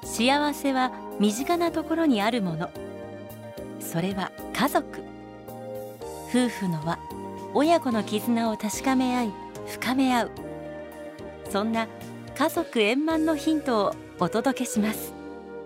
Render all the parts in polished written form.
幸せは身近なところにあるもの。それは家族。夫婦の輪、親子の絆を確かめ合い、深め合う。そんな家族円満のヒントをお届けします。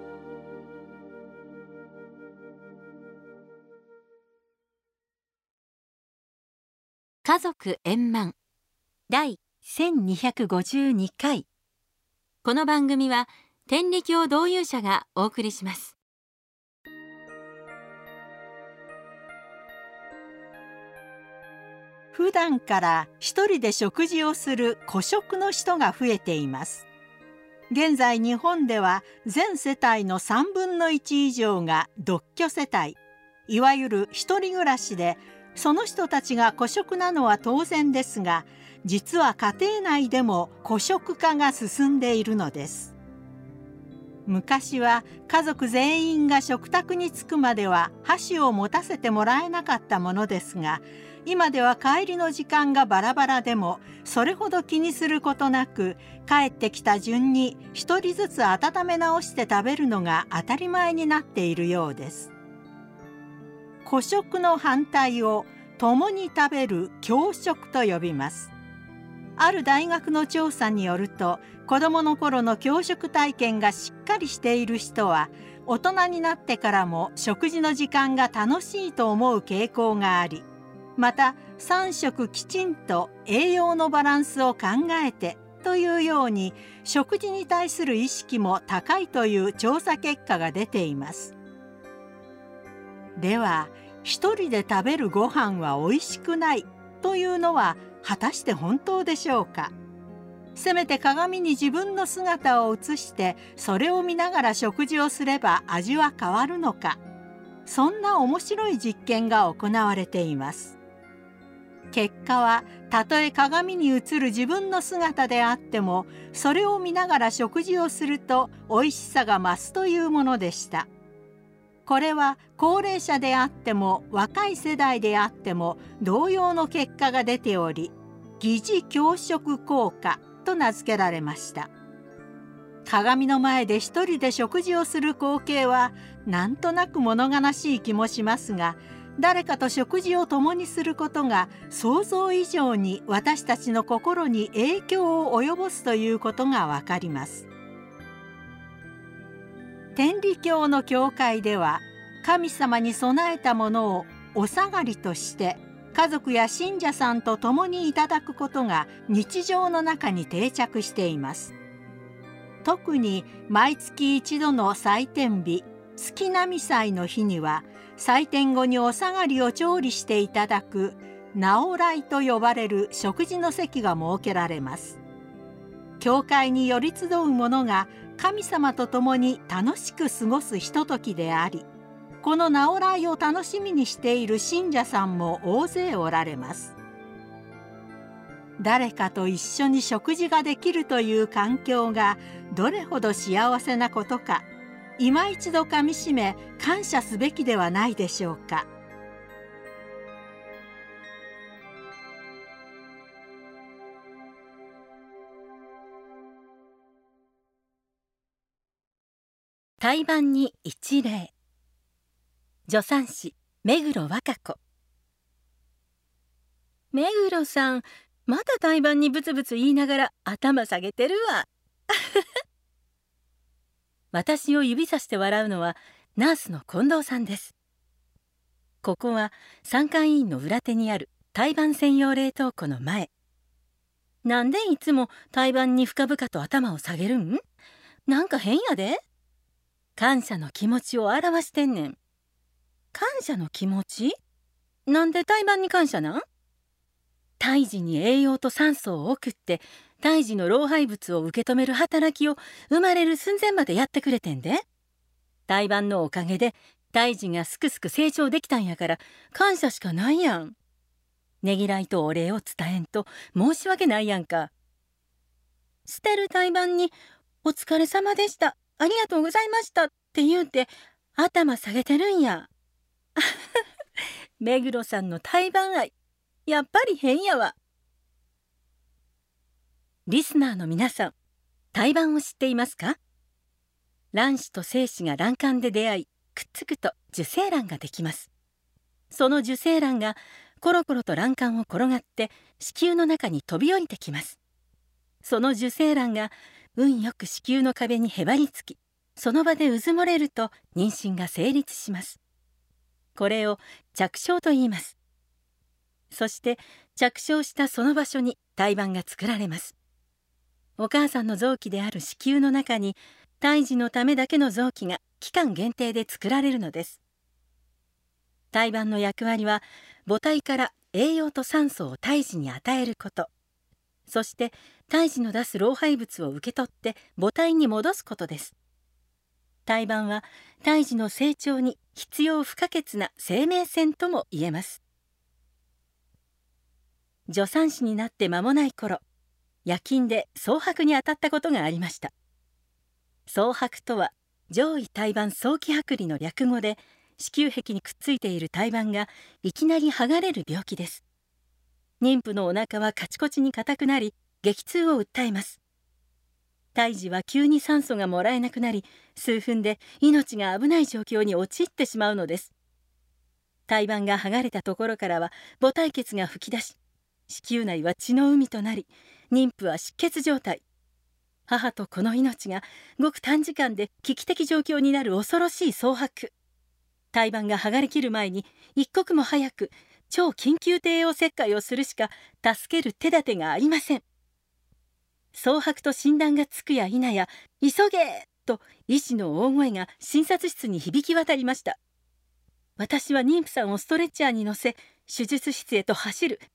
家族円満第1252回。この番組は天理教導遊者がお送りします。 普段から一人で食事をする孤食の人が増えています。現在日本では全世帯の3分の1以上が独居世帯、いわゆる一人暮らしで、その人たちが孤食なのは当然ですが、実は家庭内でも孤食化が進んでいるのです。昔は家族全員が食卓に着くまでは箸を持たせてもらえなかったものですが、今では帰りの時間がバラバラでもそれほど気にすることなく、帰ってきた順に一人ずつ温め直して食べるのが当たり前になっているようです。孤食の反対を共に食べる共食と呼びます。ある大学の調査によると、子どもの頃の共食体験がしっかりしている人は大人になってからも食事の時間が楽しいと思う傾向があり、また3食きちんと栄養のバランスを考えてというように食事に対する意識も高いという調査結果が出ています。では、一人で食べるご飯はおいしくないというのは果たして本当でしょうか。せめて鏡に自分の姿を映してそれを見ながら食事をすれば味は変わるのか。そんな面白い実験が行われています。結果はたとえ鏡に映る自分の姿であっても、それを見ながら食事をすると美味しさが増すというものでした。これは高齢者であっても若い世代であっても同様の結果が出ており、疑似共食効果と名付けられました。鏡の前で一人で食事をする光景はなんとなく物悲しい気もしますが、誰かと食事を共にすることが想像以上に私たちの心に影響を及ぼすということがわかります。天理教の教会では、神様に供えたものをお下がりとして家族や信者さんと共にいただくことが日常の中に定着しています。特に毎月一度の祭典日、月並祭の日には、祭典後にお下がりを調理していただく直来と呼ばれる食事の席が設けられます。教会に寄り集う者が神様と共に楽しく過ごすひとときであり、この直来を楽しみにしている信者さんも大勢おられます。誰かと一緒に食事ができるという環境がどれほど幸せなことか、今一度かみしめ感謝すべきではないでしょうか。 胎盤に一礼。助産師目黒和歌子。目黒さん、まだ胎盤にブツブツ言いながら頭下げてるわ。私を指さして笑うのはナースの近藤さんです。ここは産管医院の裏手にある胎盤専用冷凍庫の前。なんでいつも胎盤に深々と頭を下げるん？なんか変やで。感謝の気持ちを表してんねん。感謝の気持ち？なんで胎盤に感謝なん？胎児に栄養と酸素を送って胎児の老廃物を受け止める働きを生まれる寸前までやってくれてんで。胎盤のおかげで胎児がすくすく成長できたんやから感謝しかないやん。ねぎらいとお礼を伝えんと申し訳ないやんか。捨てる胎盤にお疲れ様でした、ありがとうございましたって言うて頭下げてるんや。目黒さんの胎盤愛、やっぱり変やわ。リスナーの皆さん、胎盤を知っていますか？ 卵子と精子が卵管で出会いくっつくと受精卵ができます。その受精卵がコロコロと卵管を転がって子宮の中に飛び降りてきます。その受精卵が運よく子宮の壁にへばりつき、その場でうずもれると妊娠が成立します。これを着床と言います。そして着床したその場所に胎盤が作られます。お母さんの臓器である子宮の中に胎児のためだけの臓器が期間限定で作られるのです。胎盤の役割は母体から栄養と酸素を胎児に与えること、そして胎児の出す老廃物を受け取って母体に戻すことです。胎盤は胎児の成長に必要不可欠な生命線とも言えます。助産師になって間もない頃、夜勤で双白に当たったことがありました。双白とは上位胎盤早期剥離の略語で、子宮壁にくっついている胎盤がいきなり剥がれる病気です。妊婦のお腹はカチコチに硬くなり、激痛を訴えます。胎児は急に酸素がもらえなくなり、数分で命が危ない状況に陥ってしまうのです。胎盤が剥がれたところからは母体血が噴き出し、子宮内は血の海となり、妊婦は失血状態。母と子の命がごく短時間で危機的状況になる恐ろしい双白。胎盤が剥がれきる前に一刻も早く超緊急帝王切開をするしか助ける手立てがありません。双白と診断がつくや否や、急げと医師の大声が診察室に響き渡りました。私は妊婦さんをストレッチャーに乗せ、手術室へと走る。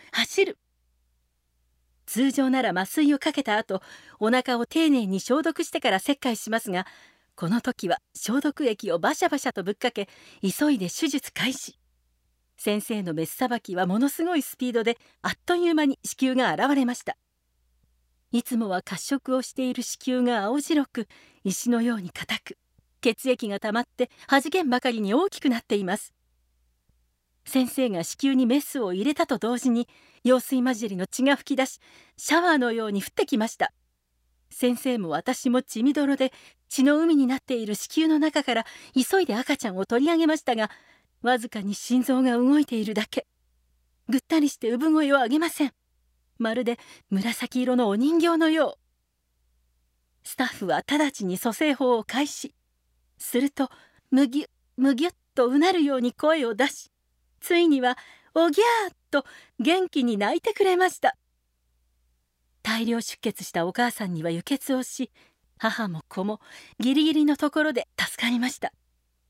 通常なら麻酔をかけた後、お腹を丁寧に消毒してから切開しますが、この時は消毒液をバシャバシャとぶっかけ、急いで手術開始。先生のメスさばきはものすごいスピードで、あっという間に子宮が現れました。いつもは褐色をしている子宮が青白く、石のように硬く、血液が溜まってはじけんばかりに大きくなっています。先生が子宮にメスを入れたと同時に、羊水混じりの血が噴き出し、シャワーのように降ってきました。先生も私も血みどろで、血の海になっている子宮の中から急いで赤ちゃんを取り上げましたが、わずかに心臓が動いているだけ。ぐったりして産声を上げません。まるで紫色のお人形のよう。スタッフは直ちに蘇生法を開始。すると、むぎゅむぎゅっとうなるように声を出し、ついにはおぎゃーっと元気に泣いてくれました。大量出血したお母さんには輸血をし、母も子もギリギリのところで助かりました。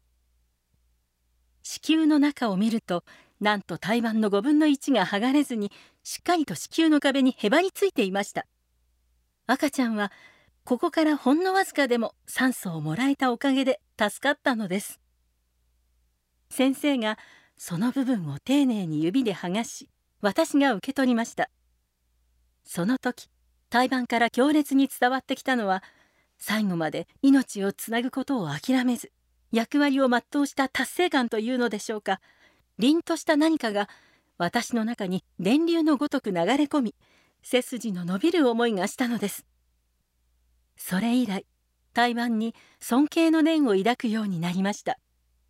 子宮の中を見ると、なんと胎盤の5分の1が剥がれずに、しっかりと子宮の壁にへばりついていました。赤ちゃんはここからほんのわずかでも酸素をもらえたおかげで助かったのです。先生がその部分を丁寧に指で剥がし、私が受け取りました。その時、胎盤から強烈に伝わってきたのは、最後まで命をつなぐことを諦めず、役割を全うした達成感というのでしょうか。凛とした何かが私の中に電流のごとく流れ込み、背筋の伸びる思いがしたのです。それ以来、胎盤に尊敬の念を抱くようになりました。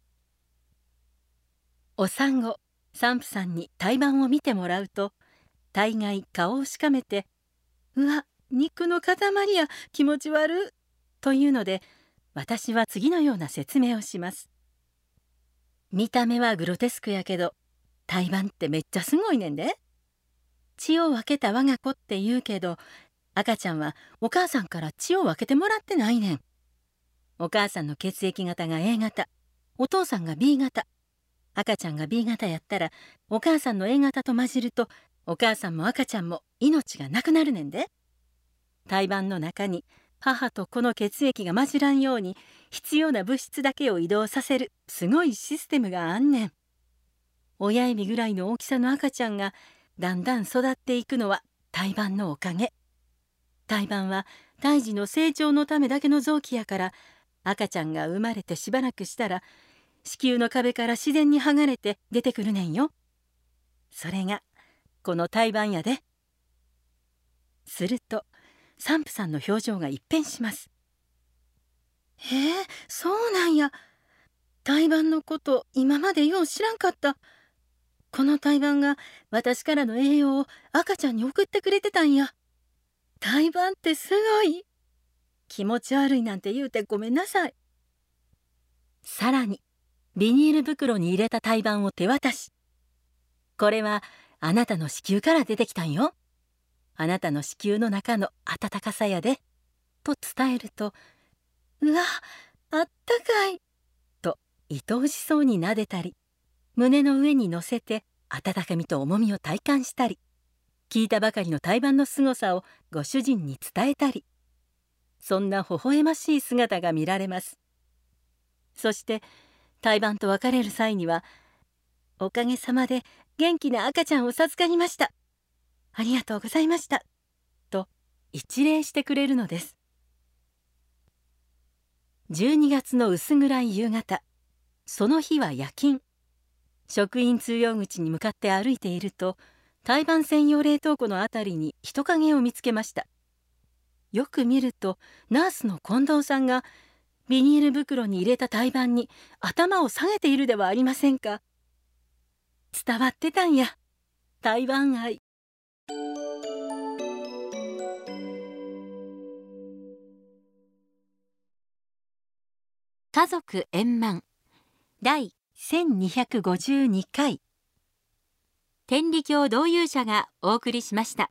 お産後、産婦さんに胎盤を見てもらうと、大概顔をしかめて、うわ、肉の塊や、気持ち悪い、というので、私は次のような説明をします。見た目はグロテスクやけど、胎盤ってめっちゃすごいねんで。血を分けた我が子って言うけど、赤ちゃんはお母さんから血を分けてもらってないねん。お母さんの血液型が A 型、お父さんが B 型。赤ちゃんが B 型やったら、お母さんの A 型と混じると、お母さんも赤ちゃんも命がなくなるねんで。胎盤の中に母と子の血液が混じらんように、必要な物質だけを移動させるすごいシステムがあんねん。親指ぐらいの大きさの赤ちゃんがだんだん育っていくのは胎盤のおかげ。胎盤は胎児の成長のためだけの臓器やから、赤ちゃんが生まれてしばらくしたら、子宮の壁から自然に剥がれて出てくるねんよ。それがこの胎盤やで。すると産婦さんの表情が一変します。 そうなんや。胎盤のこと今までよう知らんかった。この胎盤が私からの栄養を赤ちゃんに送ってくれてたんや。胎盤ってすごい。気持ち悪いなんて言うてごめんなさい。さらにビニール袋に入れた胎盤を手渡し。これはあなたの子宮から出てきたんよ。あなたの子宮の中の温かさやで。と伝えると、うわ、あったかい。と愛おしそうに撫でたり、胸の上に乗せて温かみと重みを体感したり、聞いたばかりの胎盤のすごさをご主人に伝えたり、そんな微笑ましい姿が見られます。そして胎盤と別れる際には、おかげさまで元気な赤ちゃんを授かりました。ありがとうございました。と一礼してくれるのです。12月の薄暗い夕方、その日は夜勤。職員通用口に向かって歩いていると、胎盤専用冷凍庫のあたりに人影を見つけました。よく見ると、ナースの近藤さんがビニール袋に入れた胎盤に頭を下げているではありませんか。伝わってたんや、胎盤愛。家族円満第1252回、天理教導遊者がお送りしました。